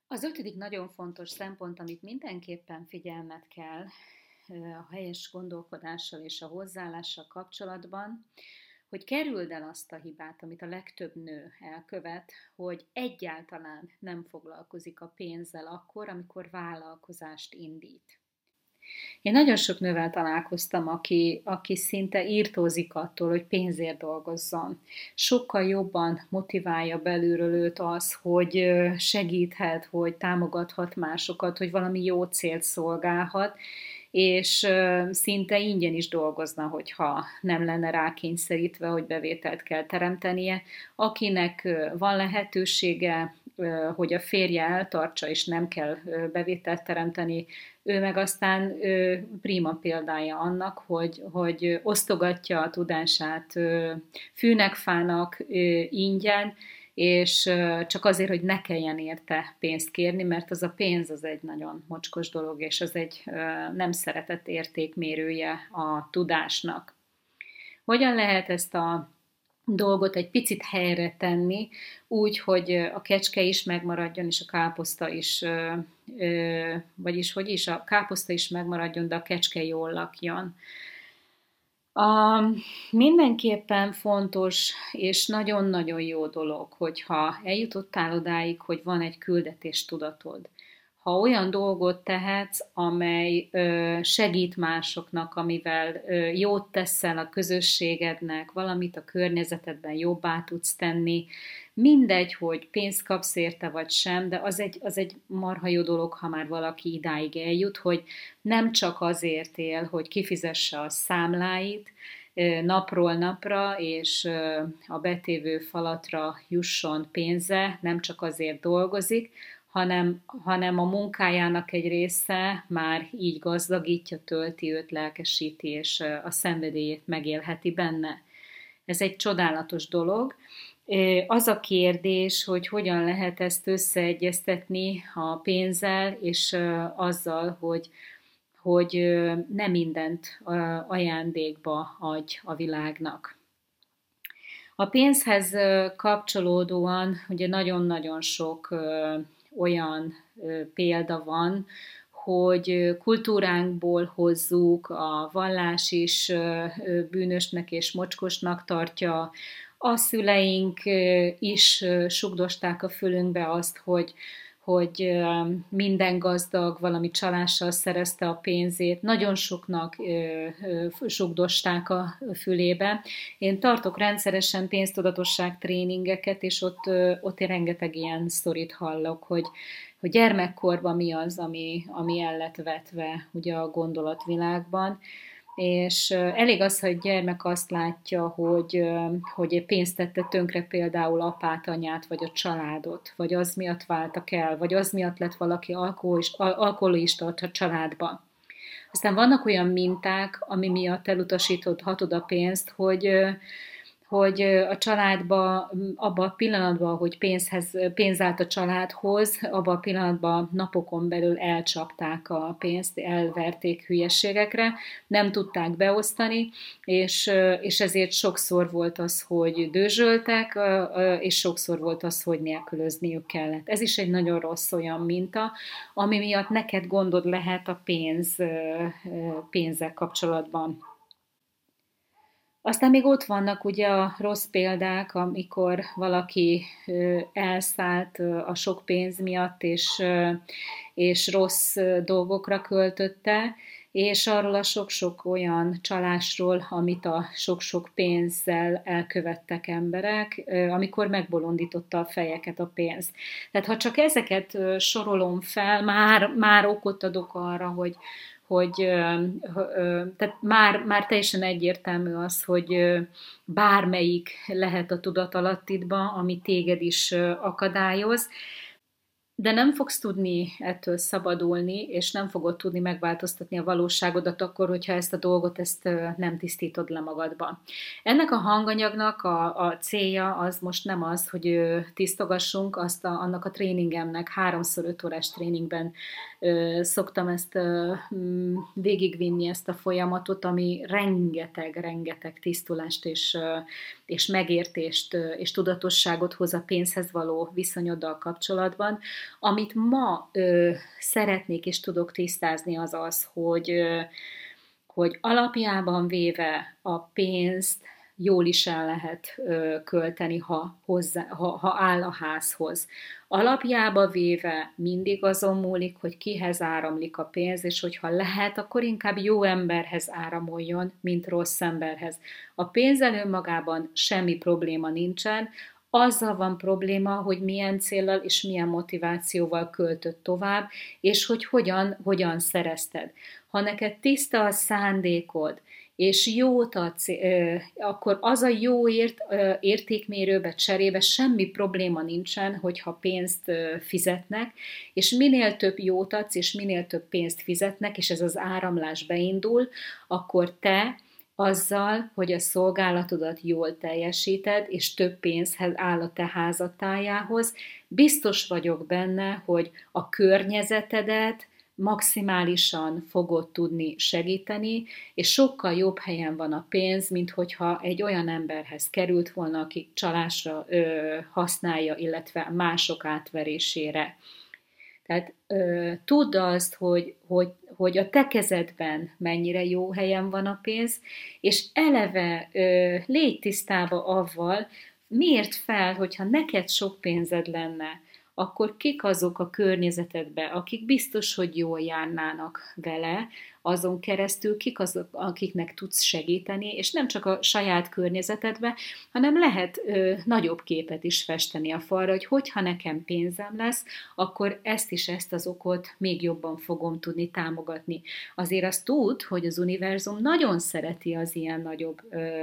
Az ötödik nagyon fontos szempont, amit mindenképpen figyelned kell a helyes gondolkodással és a hozzáállással kapcsolatban, hogy kerüld el azt a hibát, amit a legtöbb nő elkövet, hogy egyáltalán nem foglalkozik a pénzzel akkor, amikor vállalkozást indít. Én nagyon sok nővel találkoztam, aki szinte írtózik attól, hogy pénzért dolgozzon. Sokkal jobban motiválja belülről őt az, hogy segíthet, hogy támogathat másokat, hogy valami jó célt szolgálhat, és szinte ingyen is dolgozna, hogyha nem lenne rákényszerítve, hogy bevételt kell teremtenie. Akinek van lehetősége, hogy a férje eltartsa, és nem kell bevételt teremteni, ő meg aztán prima példája annak, hogy osztogatja a tudását fűnek, fának ingyen, és csak azért, hogy ne kelljen érte pénzt kérni, mert az a pénz az egy nagyon mocskos dolog, és az egy nem szeretett értékmérője a tudásnak. Hogyan lehet ezt a dolgot egy picit helyre tenni, úgy, hogy a kecske is megmaradjon, és a káposzta is, vagyis hogy is, a káposzta is megmaradjon, de a kecske jól lakjon. Mindenképpen fontos és nagyon-nagyon jó dolog, hogyha eljutottál odáig, hogy van egy küldetéstudatod. Ha olyan dolgot tehetsz, amely segít másoknak, amivel jót teszel a közösségednek, valamit a környezetedben jobbá tudsz tenni, mindegy, hogy pénzt kapsz érte vagy sem, de az egy marha jó dolog, ha már valaki idáig eljut, hogy nem csak azért él, hogy kifizesse a számláit napról napra, és a betévő falatra jusson pénze, nem csak azért dolgozik, hanem a munkájának egy része már így gazdagítja, tölti őt, lelkesíti, és a szenvedélyét megélheti benne. Ez egy csodálatos dolog. Az a kérdés, hogy hogyan lehet ezt összeegyeztetni a pénzzel, és azzal, hogy nem mindent ajándékba adj a világnak. A pénzhez kapcsolódóan ugye nagyon-nagyon sok olyan példa van, hogy kultúránkból hozzuk, a vallás is bűnösnek és mocskosnak tartja, a szüleink is sugdosták a fülünkbe azt, hogy minden gazdag valami csalással szerezte a pénzét, nagyon soknak sugdosták a fülébe. Én tartok rendszeresen pénztudatosság tréningeket, és ott én rengeteg ilyen sztorit hallok, hogy gyermekkorban mi az, ami el lett vetve ugye a gondolatvilágban, és elég az, hogy gyermek azt látja, hogy pénzt tette tönkre például apát, anyát, vagy a családot, vagy az miatt váltak el, vagy az miatt lett valaki alkoholista a családban. Aztán vannak olyan minták, ami miatt elutasíthatod a pénzt, hogy a családba, abban a pillanatban, hogy pénz állt a családhoz, abban a pillanatban napokon belül elcsapták a pénzt, elverték hülyeségekre, nem tudták beosztani, és ezért sokszor volt az, hogy dőzsöltek, és sokszor volt az, hogy nélkülözniük kellett. Ez is egy nagyon rossz olyan minta, ami miatt neked gondod lehet a pénzzel kapcsolatban. Aztán még ott vannak ugye a rossz példák, amikor valaki elszállt a sok pénz miatt, és rossz dolgokra költötte, és arról a sok-sok olyan csalásról, amit a sok-sok pénzzel elkövettek emberek, amikor megbolondította a fejeket a pénz. Tehát ha csak ezeket sorolom fel, már okot adok arra, hogy tehát már teljesen egyértelmű az, hogy bármelyik lehet a tudatalattidba, ami téged is akadályoz, de nem fogsz tudni ettől szabadulni, és nem fogod tudni megváltoztatni a valóságodat akkor, hogyha ezt a dolgot nem tisztítod le magadba. Ennek a hanganyagnak a célja az most nem az, hogy tisztogassunk, annak a tréningemnek 3x5 órás tréningben szoktam ezt végigvinni, ezt a folyamatot, ami rengeteg tisztulást és megértést és tudatosságot hoz a pénzhez való viszonyoddal kapcsolatban. Amit ma szeretnék és tudok tisztázni az az, hogy alapjában véve a pénzt jól is el lehet költeni, ha áll a házhoz. Alapjába véve mindig azon múlik, hogy kihez áramlik a pénz, és hogyha lehet, akkor inkább jó emberhez áramoljon, mint rossz emberhez. A pénzzel önmagában semmi probléma nincsen, azzal van probléma, hogy milyen céllal és milyen motivációval költöd tovább, és hogy hogyan szerezted. Ha neked tiszta a szándékod, és jót adsz, akkor az a jóért értékmérőbe cserébe semmi probléma nincsen, hogyha pénzt fizetnek, és minél több jót adsz, és minél több pénzt fizetnek, és ez az áramlás beindul, akkor te azzal, hogy a szolgálatodat jól teljesíted, és több pénzhez áll a te házatájához, biztos vagyok benne, hogy a környezetedet maximálisan fogod tudni segíteni, és sokkal jobb helyen van a pénz, mint hogyha egy olyan emberhez került volna, aki csalásra használja, illetve mások átverésére. Tehát tudd azt, hogy a te kezedben mennyire jó helyen van a pénz, és eleve légy tisztába avval, miért fel, hogyha neked sok pénzed lenne, akkor kik azok a környezetedben, akik biztos, hogy jól járnának vele, azon keresztül kik azok, akiknek tudsz segíteni, és nem csak a saját környezetedbe, hanem lehet nagyobb képet is festeni a falra, hogy hogyha nekem pénzem lesz, akkor ezt az okot még jobban fogom tudni támogatni. Azért azt tud, hogy az univerzum nagyon szereti az ilyen nagyobb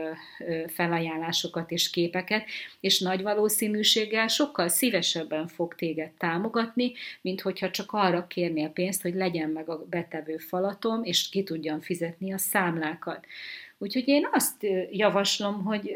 felajánlásokat és képeket, és nagy valószínűséggel sokkal szívesebben fog téged támogatni, mint hogyha csak arra kérnél pénzt, hogy legyen meg a betevő falatom, és ki tudjam fizetni a számlákat. Úgyhogy én azt javaslom, hogy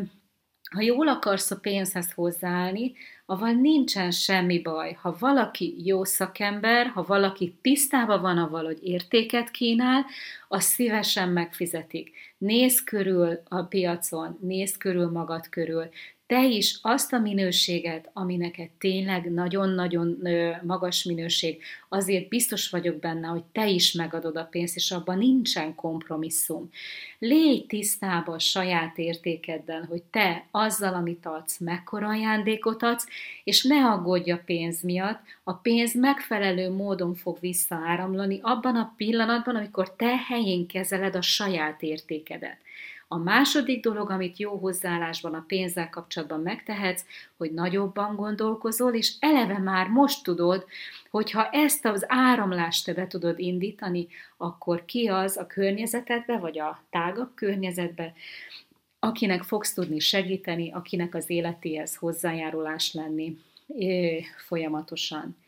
ha jól akarsz a pénzhez hozzáállni, avval nincsen semmi baj. Ha valaki jó szakember, ha valaki tisztában van avval, hogy értéket kínál, az szívesen megfizetik. Nézz körül a piacon, nézz körül magad körül. Te is azt a minőséget, ami neked tényleg nagyon-nagyon magas minőség, azért biztos vagyok benne, hogy te is megadod a pénzt, és abban nincsen kompromisszum. Légy tisztában a saját értékeddel, hogy te azzal, amit adsz, mekkora ajándékot adsz, és ne aggódj a pénz miatt, a pénz megfelelő módon fog visszaáramlani abban a pillanatban, amikor te helyén kezeled a saját értékedet. A második dolog, amit jó hozzáállásban a pénzzel kapcsolatban megtehetsz, hogy nagyobban gondolkozol, és eleve már most tudod, hogyha ezt az áramlást te be tudod indítani, akkor ki az a környezetedbe, vagy a tágabb környezetbe, akinek fogsz tudni segíteni, akinek az életéhez hozzájárulás lenni folyamatosan.